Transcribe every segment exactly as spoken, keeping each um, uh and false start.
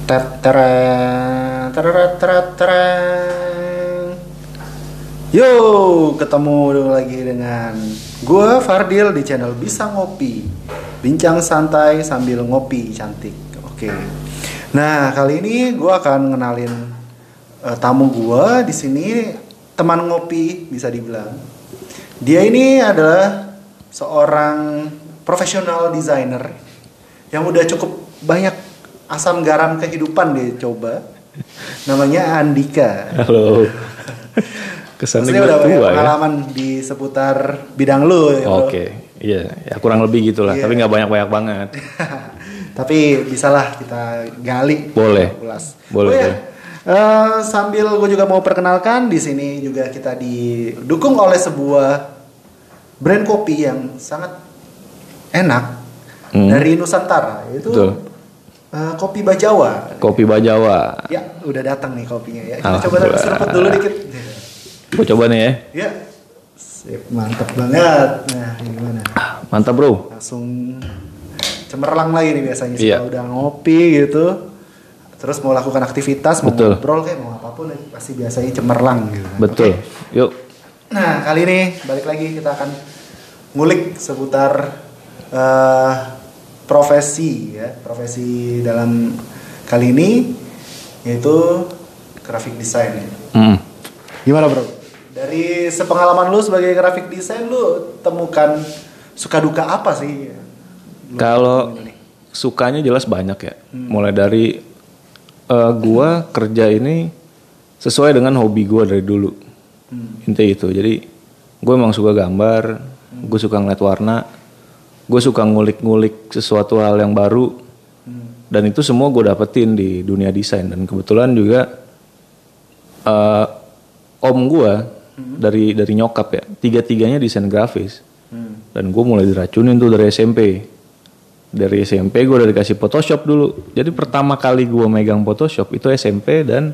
Teteren, tereret, teret, tereng. Yo, ketemu lagi dengan gue Fardil di channel Bisa Ngopi, bincang santai sambil ngopi cantik. Oke. Nah, kali ini gue akan ngenalin uh, tamu gue di sini, teman ngopi bisa dibilang. Dia ini adalah seorang profesional designer yang udah cukup banyak asam garam kehidupan dia coba. Namanya Andika. Halo. Kesannya udah banyak tua pengalaman ya? di seputar bidang lu ya, Oke, okay. Iya, ya kurang lebih gitulah, yeah. Tapi nggak banyak-banyak banget. Tapi bisalah kita gali. Boleh. Ulas. Boleh. Oh, ya. boleh. Uh, sambil gue juga mau perkenalkan, di sini juga kita didukung oleh sebuah brand kopi yang sangat enak hmm. dari Nusantara, yaitu uh, Kopi Bajawa. Kopi Bajawa. Ya, udah datang nih kopinya ya. Kita coba seruput dulu dikit. Gue coba nih ya. Ya. Sip, mantap banget. Nah, ini gimana? Mantap, Bro. Langsung cemerlang lagi nih biasanya sih iya. Kalau udah ngopi gitu. Terus mau lakukan aktivitas, mau Betul. ngobrol kayak mau apapun pasti biasanya cemerlang gitu. Betul. Okay. Yuk. Nah, kali ini balik lagi kita akan ngulik seputar uh, profesi ya, profesi dalam kali ini yaitu graphic design. Mm. Gimana, Bro? Dari sepengalaman lu sebagai graphic design, lu temukan suka duka apa sih? Kalau sukanya jelas banyak ya. Hmm. Mulai dari uh, gua kerja ini sesuai dengan hobi gua dari dulu. Hmm. Intinya itu. Jadi gue emang suka gambar, hmm. gue suka ngeliat warna, gue suka ngulik-ngulik sesuatu hal yang baru, hmm. dan itu semua gue dapetin di dunia desain. Dan kebetulan juga uh, om gue hmm. dari dari nyokap ya, tiga-tiganya desain grafis, hmm. dan gue mulai diracunin tuh dari S M P. Dari S M P gue udah dikasih Photoshop dulu. Jadi pertama kali gue megang Photoshop itu S M P, dan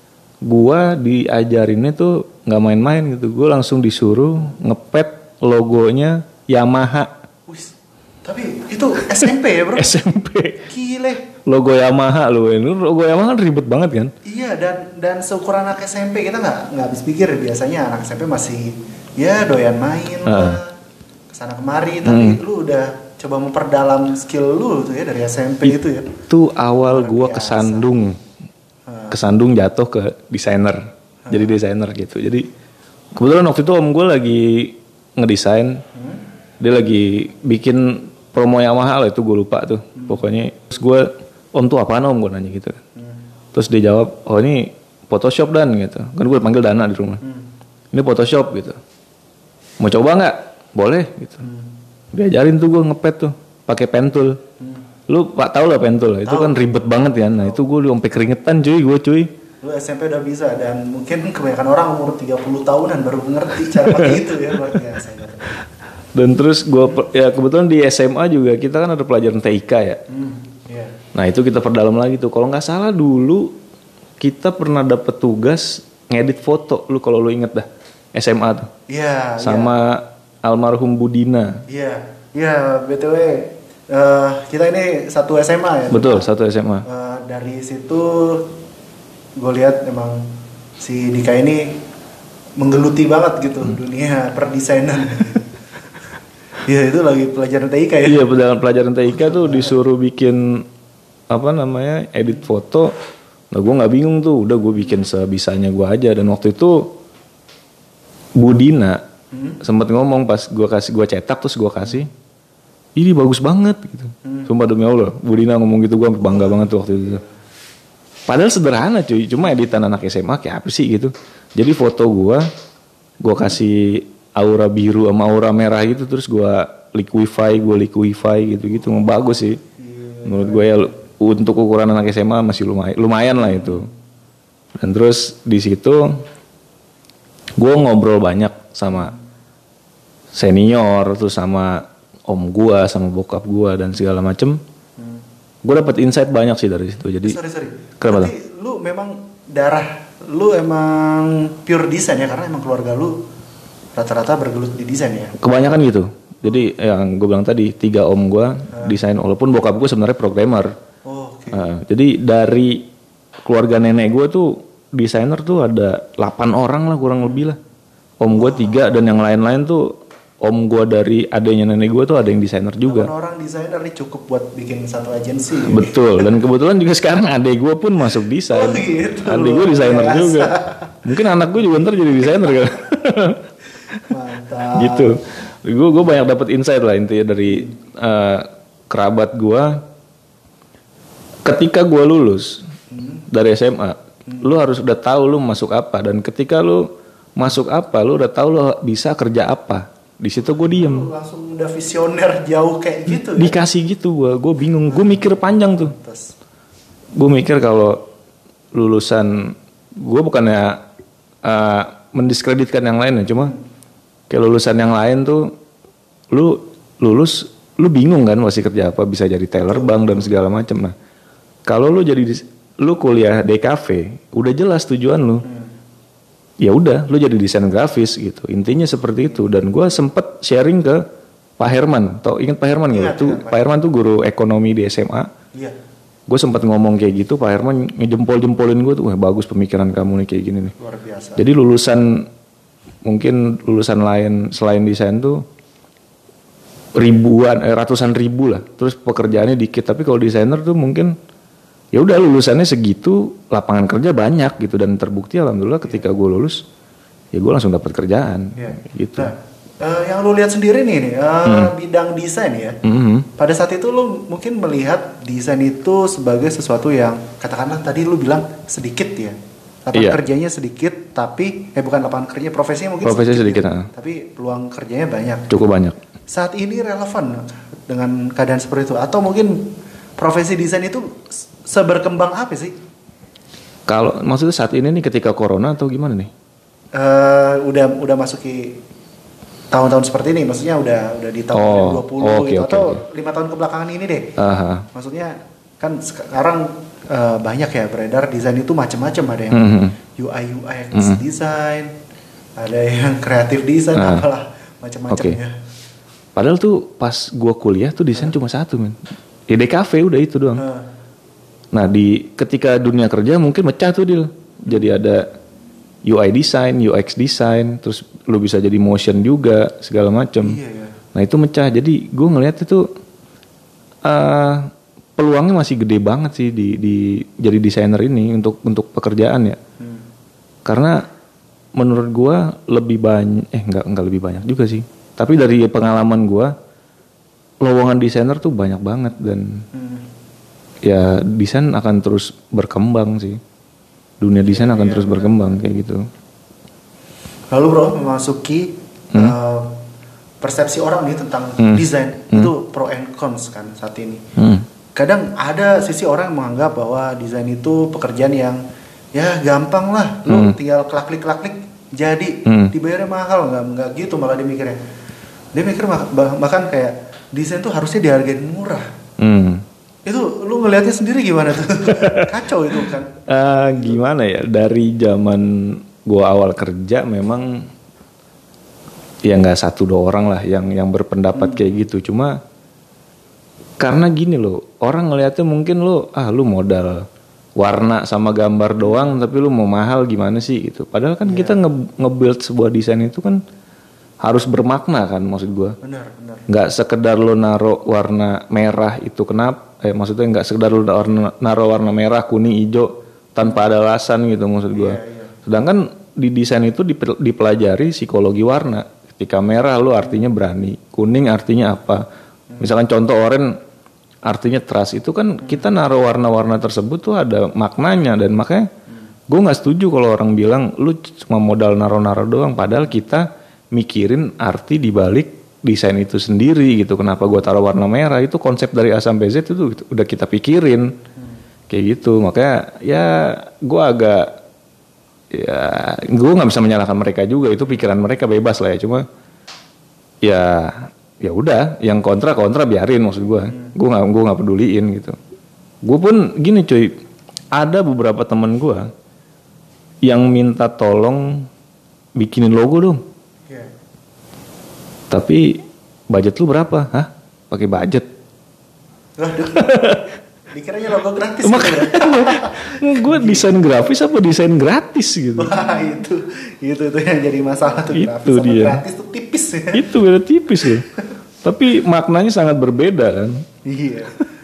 gue diajarinnya tuh nggak main-main gitu. Gue langsung disuruh ngepet logonya Yamaha. Wih, tapi itu S M P ya, Bro? S M P. Gile. Logo Yamaha loh. Ini logo Yamaha kan ribet banget kan? Iya, dan dan seukuran anak S M P kita nggak nggak habis pikir. Biasanya anak S M P masih ya doyan main uh. lah, kesana kemari. Tapi hmm. lu udah coba memperdalam skill lu tuh ya dari S M P itu ya. Itu awal gue kesandung, uh. kesandung jatuh ke desainer. Uh. Jadi desainer gitu. Jadi kebetulan waktu itu om gue lagi ngedesain. Hmm? Dia lagi bikin promo Yamaha lah, itu gue lupa tuh. Hmm. Pokoknya terus gue, om tuh apaan om, gue nanya gitu. Hmm. Terus dia jawab, oh ini Photoshop dan gitu. Kan gue panggil Dana di rumah. Hmm. Ini Photoshop gitu. Mau coba nggak? Boleh gitu. Hmm. Diajarin tuh gue ngepet tuh, pakai pentul. Hmm. Lu pak tahu lah pentul, itu kan ribet banget ya. Nah tau. Itu gue sampai keringetan cuy, gue cuy. Lu S M P udah bisa, dan mungkin kebanyakan orang umur tiga puluh tahunan baru ngerti cara pakai itu ya, luar biasa. Dan terus gue ya kebetulan di S M A juga kita kan ada pelajaran T I K ya. Hmm, yeah. Nah itu kita perdalam lagi tuh. Kalau nggak salah dulu kita pernah dapet tugas ngedit foto. Lu kalau lu inget dah S M A tuh. Iya. Yeah, sama yeah. almarhum Budina. Iya. Yeah. Iya. Yeah, B T W uh, kita ini satu S M A ya. Betul, satu S M A. Uh, dari situ gue lihat emang si Dika ini menggeluti banget gitu hmm. dunia perdesainan. Iya itu lagi pelajaran T I K ya. Iya pelajaran pelajaran T I K tuh disuruh bikin apa namanya edit foto. Nah gue nggak bingung tuh, udah gue bikin sebisanya gue aja. Dan waktu itu Budina hmm? sempat ngomong pas gue kasih gue cetak terus gue kasih, ini bagus banget gitu. Hmm. Sumpah demi Allah, Budina ngomong gitu gue bangga banget tuh waktu itu. Padahal sederhana cuy, cuma editan anak S M A kayak apa sih gitu. Jadi foto gue, gue kasih aura biru sama aura merah gitu, terus gue liquify, gue liquify gitu-gitu, bagus sih. Yeah. Menurut gue ya untuk ukuran anak S M A masih lumayan, lumayan lah itu. Dan terus di situ gue ngobrol banyak sama senior, terus sama om gue, sama bokap gue dan segala macem. Hmm. Gue dapet insight banyak sih dari situ. Jadi, sorry sorry. Kenapa? Berarti lu memang darah, lu emang pure desain ya, karena emang keluarga lu rata-rata bergelut di desain ya? Kebanyakan gitu. Jadi yang gue bilang tadi, tiga om gue uh. desain, walaupun bokap gue sebenarnya programmer. Oh, oke. Okay. Uh, jadi dari keluarga nenek gue tuh desainer tuh ada delapan orang lah kurang lebih lah. Om gue tiga dan yang lain-lain tuh om gue dari adanya nenek gue tuh ada yang desainer juga. delapan orang desainer nih cukup buat bikin satu agensi. Betul, dan kebetulan juga sekarang adik gue pun masuk desain. Oh gitu. Adik gue desainer Biasa. juga. Mungkin anak gue juga ntar jadi desainer kan. Mantap. Gitu. Gue gue banyak dapat insight lah intinya dari uh, kerabat gue. Ketika gue lulus hmm. dari S M A, hmm. lu harus udah tahu lu masuk apa, dan ketika lu masuk apa, lu udah tahu lu bisa kerja apa. Di situ gue diem. Lu langsung udah visioner jauh kayak gitu. Dikasih ya? Gitu gue, gue bingung. Gue mikir panjang tuh. Terus. Gue mikir kalau lulusan, gue bukannya uh, mendiskreditkan yang lain ya, cuma kayak lulusan yang lain tuh, lu lulus, lu bingung kan masih kerja apa, bisa jadi teller bank dan segala macam. Nah, kalau lu jadi lu kuliah D K V, udah jelas tujuan lu. Hmm. Ya udah, lu jadi desain grafis gitu. Intinya seperti itu. Dan gue sempet sharing ke Pak Herman. Tau ingat Pak Herman nggak? Tuh Pak Herman tuh guru ekonomi di S M A. Iya. Gue sempet ngomong kayak gitu. Pak Herman ngejempol-jempolin gue tuh, wah bagus pemikiran kamu nih kayak gini nih. Luar biasa. Jadi lulusan mungkin lulusan lain selain desain tuh ribuan, eh, ratusan ribu lah. Terus pekerjaannya dikit. Tapi kalau desainer tuh mungkin ya udah lulusannya segitu, lapangan kerja banyak gitu, dan terbukti alhamdulillah ketika gue lulus ya gue langsung dapat kerjaan ya. Gitu. Nah, uh, yang lu lihat sendiri nih, nih uh, hmm. bidang desain ya. Mm-hmm. Pada saat itu lu mungkin melihat desain itu sebagai sesuatu yang katakanlah tadi lu bilang sedikit ya. Lapangan iya. kerjanya sedikit, tapi eh bukan lapangan kerja, profesinya mungkin Profesi sedikit, sedikit ya, tapi peluang kerjanya banyak. Cukup banyak. Saat ini relevan dengan keadaan seperti itu, atau mungkin profesi desain itu seberkembang apa sih? Kalau maksudnya saat ini nih ketika corona atau gimana nih? Uh, udah udah masuki tahun-tahun seperti ini, maksudnya udah udah di tahun oh, dua ribu dua puluh oh, okay, gitu okay, atau okay. lima tahun kebelakangan ini deh. Aha. Maksudnya kan sekarang uh, banyak ya beredar desain itu macam-macam, ada yang mm-hmm. U I U X mm-hmm. design, ada yang kreatif design, uh. apalah macam-macamnya. Okay. Padahal tuh pas gua kuliah tuh desain uh. cuma satu men. Ya D K V udah itu doang. Uh. Nah di ketika dunia kerja mungkin mecah tuh Dil. Jadi ada U I design, U X design, terus lu bisa jadi motion juga segala macam. Iya, iya. Nah itu mecah. Jadi gue ngeliat itu uh, peluangnya masih gede banget sih di, di jadi desainer ini untuk untuk pekerjaan ya. Hmm. Karena menurut gue lebih banyak, eh enggak enggak lebih banyak juga sih. Tapi dari pengalaman gue, lowongan desainer tuh banyak banget dan hmm. ya desain akan terus berkembang sih. Dunia desain ya, akan ya, terus ya. berkembang kayak gitu. Lalu bro, memasuki hmm? uh, persepsi orang nih tentang hmm. desain hmm. itu pro and cons kan saat ini. Hmm. Kadang ada sisi orang menganggap bahwa desain itu pekerjaan yang ya gampang lah, lu hmm. tinggal klik klik klik jadi, hmm. dibayarnya mahal, nggak nggak gitu malah dia mikirnya. Dia mikir bahkan kayak desain tuh harusnya dihargain murah. Hmm. Itu lu ngelihatnya sendiri gimana tuh? Kacau itu kan. Uh, gimana ya, dari zaman gua awal kerja memang ya nggak satu dua orang lah yang yang berpendapat hmm. kayak gitu. Cuma karena gini loh, orang ngelihatnya mungkin lu ah lu modal warna sama gambar doang tapi lu mau mahal gimana sih gitu. Padahal kan yeah. kita nge- nge-build sebuah desain itu kan harus bermakna kan, maksud gue. Benar, benar. Nggak sekedar lo naro warna merah itu kenapa? Eh maksudnya nggak sekedar lo naro warna merah, kuning, hijau tanpa ada alasan gitu maksud gue. Yeah, yeah. Sedangkan di desain itu dipelajari psikologi warna. Ketika merah lo artinya berani, kuning artinya apa? Hmm. Misalkan contoh oranye artinya trust, itu kan hmm. kita naro warna-warna tersebut tuh ada maknanya, dan makanya hmm. gue nggak setuju kalau orang bilang lu cuma modal naro-naro doang, padahal kita mikirin arti di balik desain itu sendiri gitu. Kenapa gue taruh warna merah, itu konsep dari A sampai Z itu udah kita pikirin hmm. kayak gitu. Makanya ya gue agak ya gue nggak bisa menyalahkan mereka juga, itu pikiran mereka, bebas lah ya. Cuma ya ya udah, yang kontra kontra biarin, maksud gue hmm. gue nggak gue nggak peduliin gitu. Gue pun gini cuy, ada beberapa temen gue yang minta tolong bikinin logo dong. Tapi budget lu berapa? Hah? Pakai budget? Dikiranya logo gratis. Makanya gue desain grafis apa desain gratis gitu. Wah itu itu itu yang jadi masalah tuh, itu grafis sama dia. gratis tuh tipis ya. Itu beda tipis loh. Tapi maknanya sangat berbeda kan. Iya.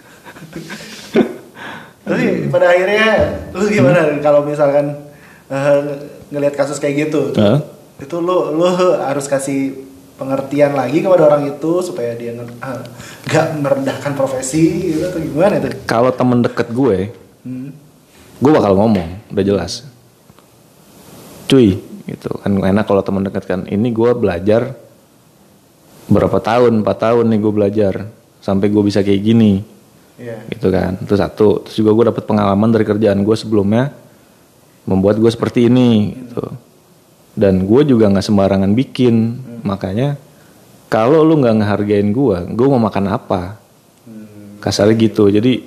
Tapi pada akhirnya lu gimana hmm. kalau misalkan uh, ngelihat kasus kayak gitu? Huh? Itu lu lu harus kasih pengertian lagi kepada orang itu supaya dia nggak uh, merendahkan profesi gitu atau gimana itu? Kalau temen deket gue, hmm. gue bakal ngomong, udah jelas. Cuy, gitu kan enak kalau temen deket kan. Ini gue belajar berapa tahun, empat tahun nih gue belajar sampai gue bisa kayak gini, yeah. gitu kan. Itu satu. Terus juga gue dapet pengalaman dari kerjaan gue sebelumnya membuat gue seperti ini, gitu. Dan gue juga nggak sembarangan bikin. Hmm. Makanya kalau lu nggak ngehargain gue, gue mau makan apa? Hmm. Kasarnya gitu. Jadi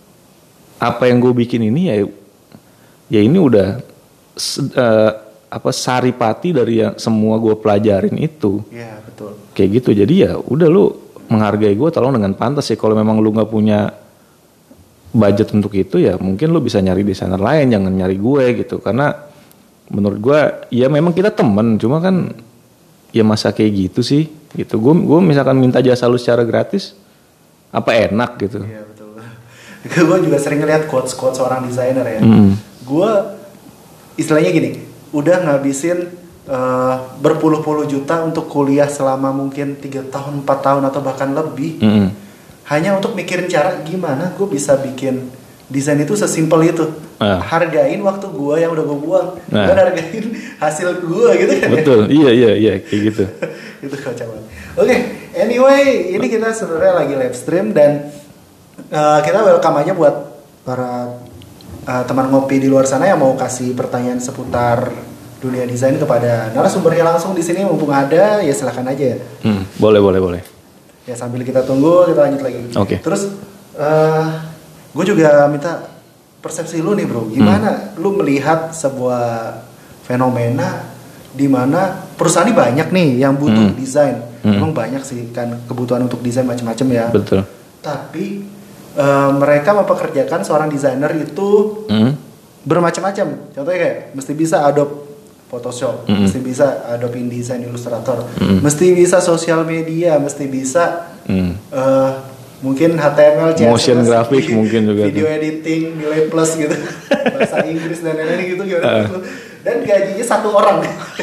apa yang gue bikin ini ya, ya ini udah uh, apa saripati dari yang semua gue pelajarin itu. Iya betul. Kayak gitu. Jadi ya udah lu menghargai gue, tolong dengan pantas ya. Kalau memang lu nggak punya budget untuk itu ya mungkin lu bisa nyari desainer lain, jangan nyari gue gitu. Karena menurut gue ya memang kita temen, cuma kan ya masa kayak gitu sih gitu. Gue gue misalkan minta jasa lu secara gratis apa enak gitu. Iya betul. Gue juga sering ngeliat quotes quotes seorang desainer ya. Mm. Gue istilahnya gini, udah ngabisin uh, berpuluh-puluh juta untuk kuliah selama mungkin tiga tahun, empat tahun atau bahkan lebih, mm. hanya untuk mikirin cara gimana gue bisa bikin desain itu sesimpel itu. Uh. Hargain waktu gue yang udah gue buang, uh. dan hargain hasil gue gitu kan. Betul, ya? iya iya iya kayak gitu. Itu kocak banget. Oke, okay, anyway, ini kita sebenarnya lagi live stream dan uh, kita welcome aja buat para uh, teman ngopi di luar sana yang mau kasih pertanyaan seputar dunia desain kepada narasumbernya langsung di sini mumpung ada, ya silahkan aja ya. Hmm, boleh boleh boleh. Ya sambil kita tunggu kita lanjut lagi. Oke. Okay. Terus uh, gue juga minta persepsi lu nih bro, gimana hmm. lu melihat sebuah fenomena di mana perusahaan ini banyak nih yang butuh hmm. desain, hmm. emang banyak sih kan kebutuhan untuk desain macam-macam ya. Betul. Tapi uh, mereka mempekerjakan seorang desainer itu hmm. bermacam-macam. Contohnya kayak mesti bisa Adobe Photoshop, hmm. mesti bisa Adobe InDesign, Illustrator, hmm. mesti bisa sosial media, mesti bisa hmm. uh, mungkin H T M L, C S S, motion graphic mungkin juga video tuh. editing, nilai plus gitu, bahasa Inggris dan lain-lain gitu gimana uh. Dan gajinya satu orang.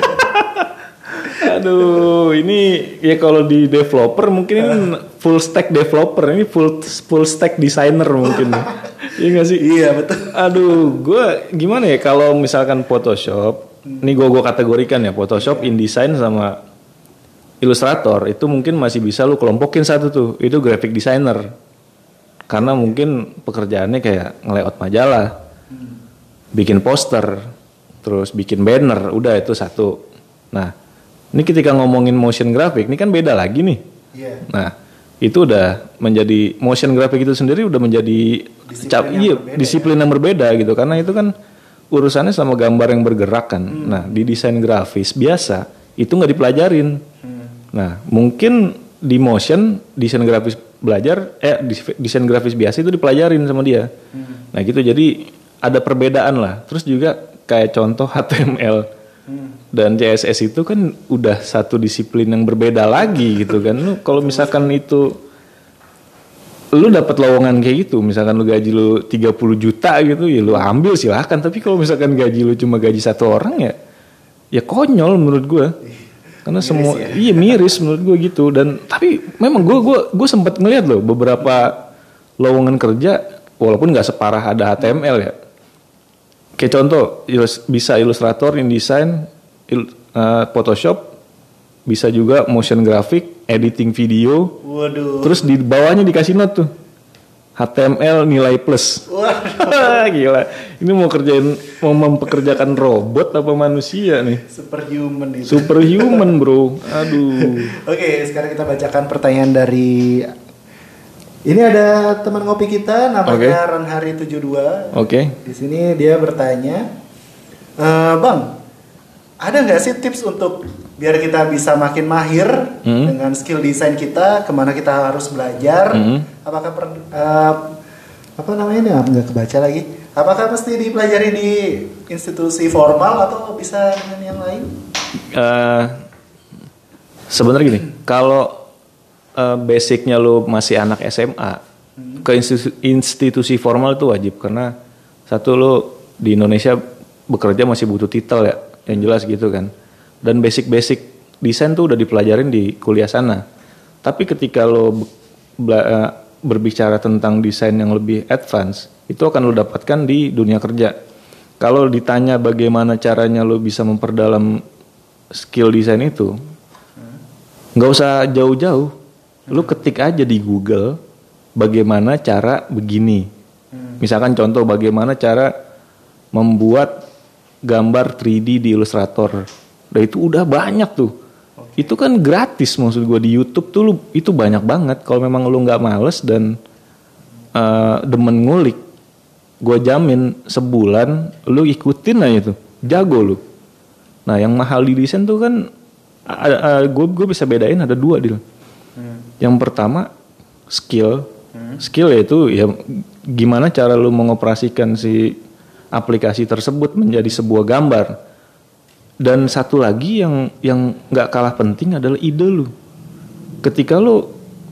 Aduh, ini ya kalau di developer mungkin uh. full stack developer, ini full full stack designer mungkin. Iya nggak sih? Iya betul. Aduh, gue gimana ya kalau misalkan Photoshop, hmm. ini gue gue kategorikan ya Photoshop, InDesign sama Illustrator itu mungkin masih bisa lu kelompokin satu tuh, itu graphic designer. Karena mungkin pekerjaannya kayak nge-layout majalah, hmm. bikin poster, terus bikin banner, udah itu satu. Nah, ini ketika ngomongin motion graphic, ini kan beda lagi nih. Yeah. Nah, itu udah menjadi motion graphic itu sendiri udah menjadi disiplin, cap, yang, iya, berbeda, disiplin ya? yang berbeda gitu. Karena itu kan urusannya sama gambar yang bergerak kan. Hmm. Nah, di desain grafis biasa itu nggak dipelajarin. Hmm. Nah, mungkin di motion desain grafis belajar, eh desain grafis biasa itu dipelajarin sama dia. Hmm. Nah gitu, jadi ada perbedaan lah. Terus juga kayak contoh H T M L hmm. dan C S S itu kan udah satu disiplin yang berbeda lagi gitu kan. Lu kalau misalkan itu lu dapat lowongan kayak gitu, misalkan lu gaji lu tiga puluh juta gitu, ya lu ambil silahkan. Tapi kalau misalkan gaji lu cuma gaji satu orang ya, ya konyol menurut gue. Karena miris semua, ya? Iya miris menurut gue gitu. Dan tapi memang gue gue gue sempat ngeliat loh beberapa lowongan kerja, walaupun nggak separah ada H T M L ya. Kayak contoh bisa Illustrator, InDesign, il, uh, Photoshop, bisa juga motion graphic, editing video. Waduh. Terus di bawahnya dikasih note tuh H T M L nilai plus. Waduh. Gila. Ini mau kerjain, mau mempekerjakan robot apa manusia nih? Superhuman itu. Superhuman bro. Aduh. Oke, sekarang kita bacakan pertanyaan dari. Ini ada teman ngopi kita, namanya okay. Ranhari tujuh dua. Oke. Okay. Di sini dia bertanya, e, Bang, ada nggak sih tips untuk biar kita bisa makin mahir hmm. dengan skill desain kita, kemana kita harus belajar? Hmm. Apakah per, uh, apa namanya nih? Nggak kebaca lagi. Apakah mesti dipelajari di institusi formal atau bisa dengan yang lain? Uh, Sebenarnya gini, kalau uh, basicnya lu masih anak S M A, hmm. ke institusi, institusi formal itu wajib karena satu lu di Indonesia bekerja masih butuh titel ya, yang jelas gitu kan. Dan basic-basic desain tuh udah dipelajarin di kuliah sana. Tapi ketika lo bela- berbicara tentang desain yang lebih advance, itu akan lo dapatkan di dunia kerja. Kalau ditanya bagaimana caranya lo bisa memperdalam skill desain itu, nggak usah jauh-jauh, lo ketik aja di Google bagaimana cara begini. Misalkan contoh bagaimana cara membuat gambar tiga D di Illustrator. Nah itu udah banyak tuh. Okay. Itu kan gratis maksud gue di YouTube tuh lu, itu banyak banget. Kalau memang lu nggak males dan uh, demen ngulik, gue jamin sebulan lu ikutin aja tuh, jago lu. Nah yang mahal di desain tuh kan, uh, uh, gue gue bisa bedain ada dua deal. Hmm. Yang pertama skill, hmm. skill yaitu ya gimana cara lu mengoperasikan si aplikasi tersebut menjadi sebuah gambar. Dan satu lagi yang yang nggak kalah penting adalah ide lu. Ketika lu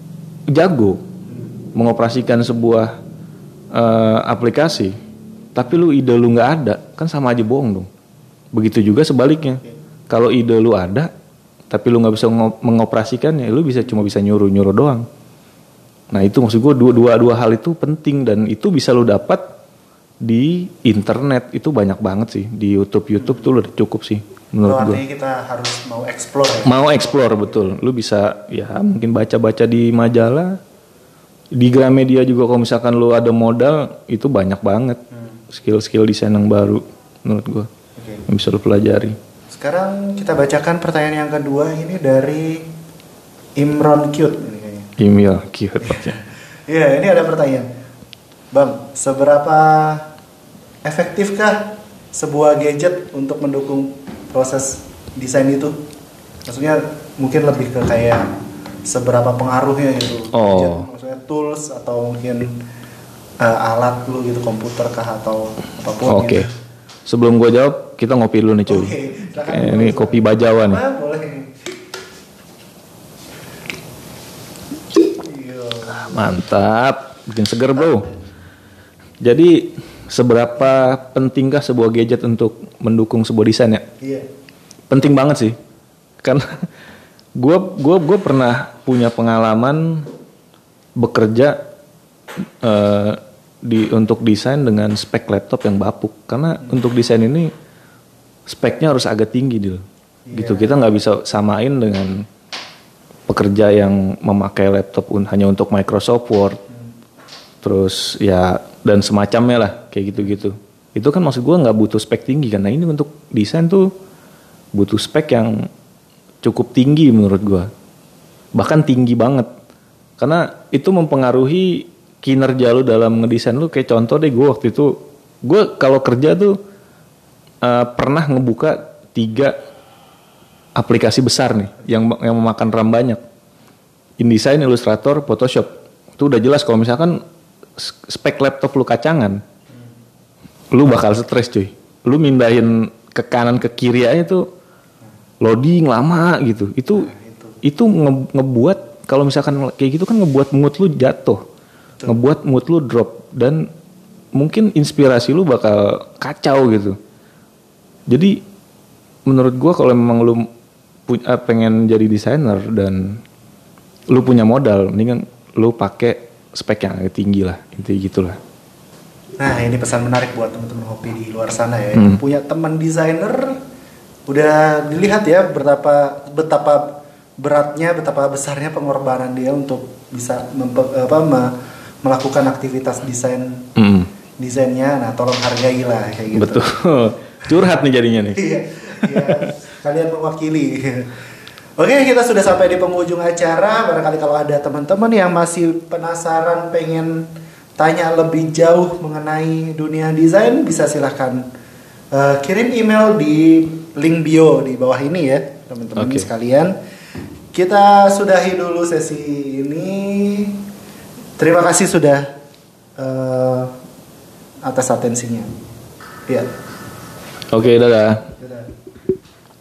jago mengoperasikan sebuah uh, aplikasi, tapi lu ide lu nggak ada, kan sama aja bohong dong. Begitu juga sebaliknya. Kalau ide lu ada, tapi lu nggak bisa mengoperasikannya, lu bisa cuma bisa nyuruh nyuruh doang. Nah itu maksud gue dua dua dua hal itu penting dan itu bisa lu dapat di internet. Itu banyak banget sih di YouTube YouTube tuh udah cukup sih menurut gue. Artinya kita harus mau explore ya? Mau explore betul. Lu bisa ya mungkin baca-baca di majalah, di Gramedia juga kalau misalkan lu ada modal itu banyak banget hmm. skill-skill desain yang baru menurut gue okay. yang bisa lu pelajari. Sekarang kita bacakan pertanyaan yang kedua ini dari Imron Cute ini kayaknya. Imron Cute. Iya ini ada pertanyaan, Bang, seberapa efektifkah sebuah gadget untuk mendukung proses desain itu? Maksudnya mungkin lebih ke kayak seberapa pengaruhnya gitu. Oh. Gadget, maksudnya tools atau mungkin uh, alat lu gitu, komputer kah atau apapun. Oke. Okay. Gitu. Sebelum gue jawab, kita ngopi dulu nih cuy. Okay. Kayak ini kopi Bajawa nih. Ah, boleh. Mantap, bikin seger bro. Jadi seberapa pentingkah sebuah gadget untuk mendukung sebuah desain ya? Iya. Penting banget sih, karena gue gue gue pernah punya pengalaman bekerja uh, di untuk desain dengan spek laptop yang bapuk. Karena hmm. untuk desain ini speknya harus agak tinggi dulu. Yeah. Gitu kita nggak bisa samain dengan pekerja yang memakai laptop hanya untuk Microsoft Word. Hmm. Terus ya dan semacamnya lah kayak gitu-gitu. Itu kan maksud gue nggak butuh spek tinggi kan. Nah ini untuk desain tuh butuh spek yang cukup tinggi menurut gue. Bahkan tinggi banget. Karena itu mempengaruhi kinerja lu dalam ngedesain lu. Kayak contoh deh gue waktu itu, gue kalau kerja tuh uh, pernah ngebuka tiga aplikasi besar nih yang yang memakan RAM banyak. InDesign, Illustrator, Photoshop. Itu udah jelas kalau misalkan spek laptop lu kacangan, lu bakal stres cuy. Lu mindahin ke kanan ke kiri aja tuh loading lama gitu. Itu nah, itu, itu nge, ngebuat kalau misalkan kayak gitu kan ngebuat mood lu jatuh. Betul. Ngebuat mood lu drop dan mungkin inspirasi lu bakal kacau gitu. Jadi menurut gua kalau memang lu punya, pengen jadi desainer dan lu punya modal, mendingan lu pakai spek yang agak tinggi lah, intinya gitulah. Nah ini pesan menarik buat teman-teman hobi di luar sana ya, hmm. yang punya teman desainer, udah dilihat ya betapa betapa beratnya, betapa besarnya pengorbanan dia untuk bisa mempe, apa, me, melakukan aktivitas desain hmm. desainnya. Nah tolong hargailah kayak gitu. Betul, curhat nih jadinya nih. Iya, iya. Kalian mewakili. Oke, kita sudah sampai di penghujung acara. Barangkali kalau ada teman-teman yang masih penasaran pengen tanya lebih jauh mengenai dunia desain, bisa silahkan uh, kirim email di link bio di bawah ini ya, teman-teman okay. sekalian. Kita sudahi dulu sesi ini. Terima kasih sudah uh, atas atensinya. Iya. Oke, dadah.